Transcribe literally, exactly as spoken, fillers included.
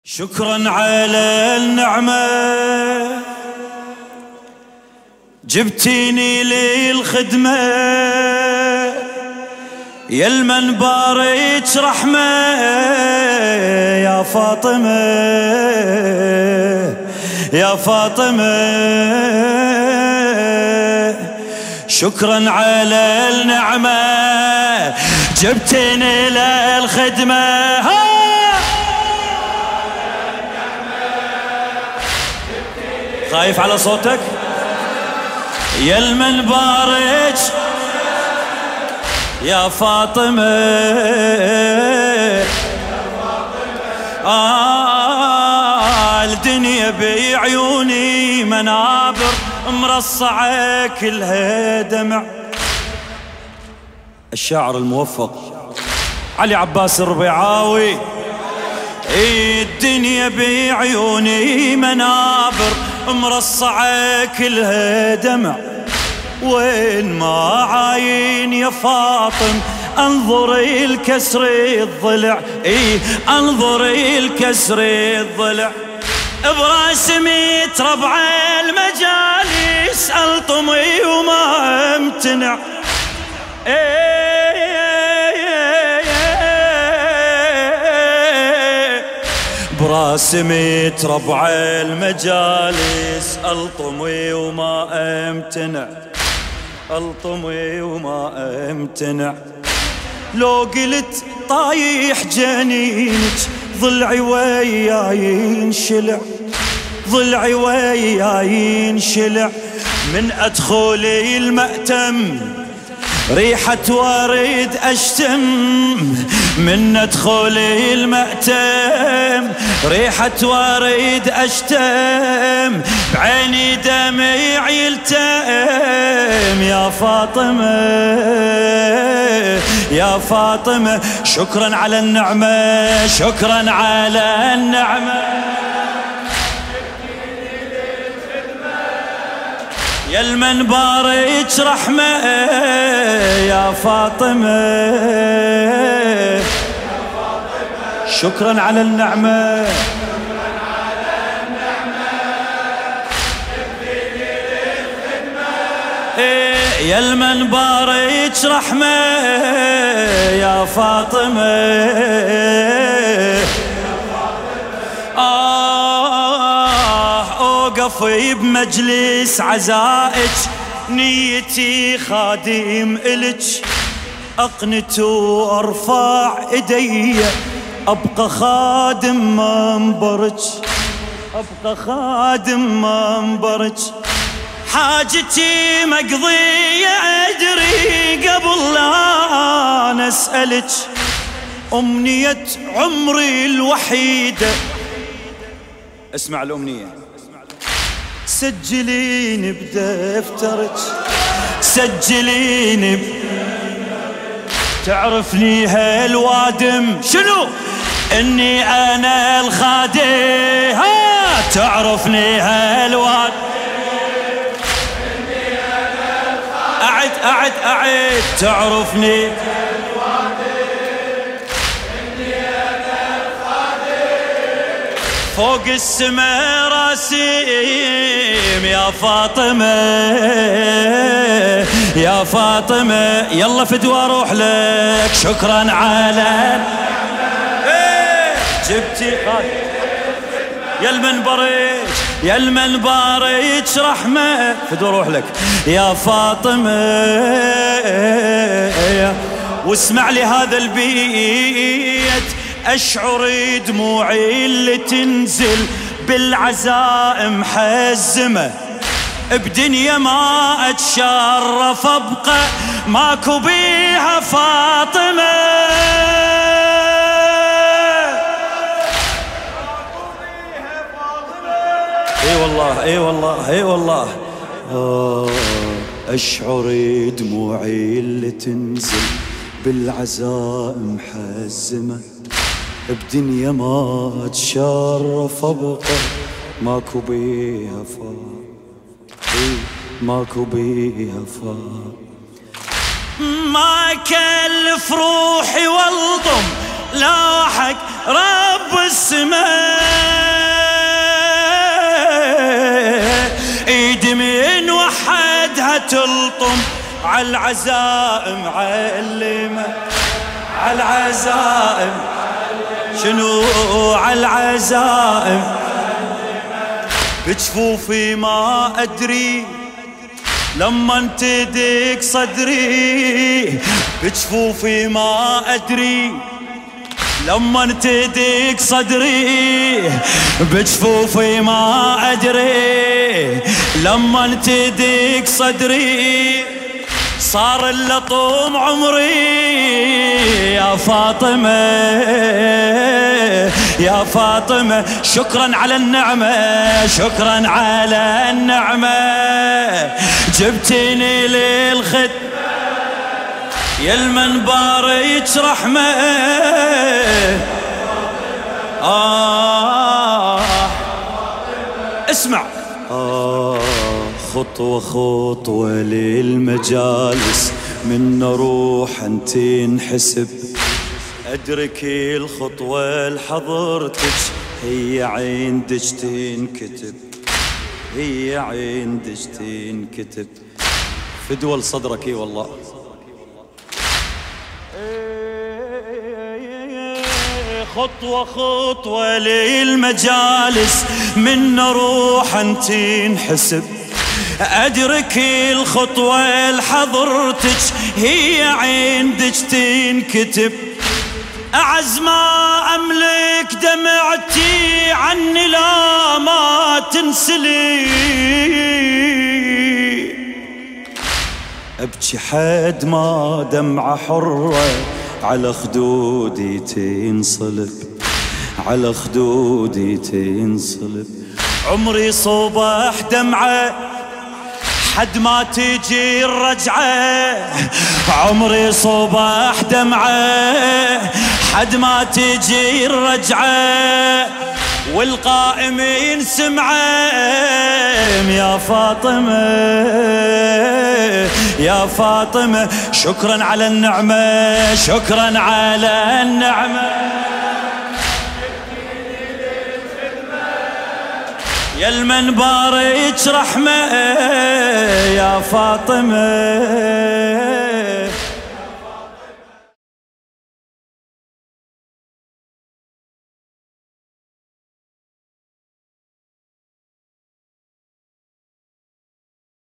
شكرا على النعمة جبتيني للخدمة يا المنبارك رحمة يا فاطمة يا فاطمة. شكرا على النعمة جبتيني للخدمة خايف على صوتك يا المنبارك يا فاطمة آه الدنيا بعيوني منابر مرصعة كلها دمع. الشاعر الموفق علي عباس الربيعاوي. الدنيا بعيوني منابر مرصعة كلها دمع وين ما عاين يا فاطم انظري الكسر الضلع اي انظري الكسر الضلع براسمي تربع المجالس الطمي وما امتنع براسمي تربع المجالس الطمي وما امتنع الطمي وما امتنع. لو قلت طايح جنينك ضلعي وياي ينشلع ضلعي وياي ينشلع من ادخلي المأتم ريحة ورد أشتم من ادخلي المأتم ريحة ورد أشتم بعيني دمع يلتئم يا فاطمة يا فاطمة. شكرا على النعمة شكرا على النعمة يا المنبارك رحمة يا فاطمة. شكرا على النعمة يا المنبارك رحمة يا فاطمة. آه أوقف بمجلس عزائك نيتي خادم إلك أقنت وأرفع إيدي أبقى خادم منبرك أبقى خادم منبرك. حاجتي مقضية أدري قبل لا نسألك أمنية عمري الوحيدة اسمع الأمنية سجليني بدفترك سجليني ب... تعرفني هالوادم شنو إني أنا الخادم ها تعرفني هالوادم أعد أعد أعد تعرفني فوق السما راسيم يا فاطمة يا فاطمة. يلا فدوى اروح لك شكرا على جبتي يا المنبرك يا المنبرك رحمة فدوى اروح لك يا فاطمة. واسمع لي هذا البيت أشعر دموعي اللي تنزل بالعزاء محزمة بدنيا ما أتشرف أبقى ماكو بيها فاطمة اي والله اي والله اي والله. أشعر دموعي اللي تنزل بالعزاء محزمة بدنيا ما تشرف أبقى ماكو بيها فا ماكو بيها فا. ما كلف روحي والضم لاحق رب السماء، ايد من وحدها تلطم عالعزائم علمة، عالعزائم شنو عالعزائم، بجفوفي ما ادري لما انتدق صدري، بجفوفي ما ادري لما انتدق صدري، بجفوفي ما ادري لما انتدق صدري، صار اللطوم عمري يا فاطمة يا فاطمة. شكرا على النعمة، شكرا على النعمة، جبتني للخد يا المنبارك رحمة. آه اسمع، آه خطوة خطوة للمجالس، من نروح انت نحسب، ادرك الخطوة لحضرتك هي عندك تنكتب، هي عندك تنكتب، فدوى لصدرك اي والله. خطوة خطوة للمجالس، من نروح انت نحسب، ادرك الخطوة لحضرتك هي عندك تنكتب، اعز ما املك دمعتي عني لا ما تنسلي، ابكي حد ما دمعة حرة على خدودي تنصلب، على خدودي تنصلب، عمري صبح دمعة حد ما تجي الرجعة، عمري صبح دمعة حد ما تجي الرجعة، والقائمين سمعهم يا فاطمة يا فاطمة. شكرا على النعمة، شكرا على النعمة، يا المنبارك رحمة يا فاطمة.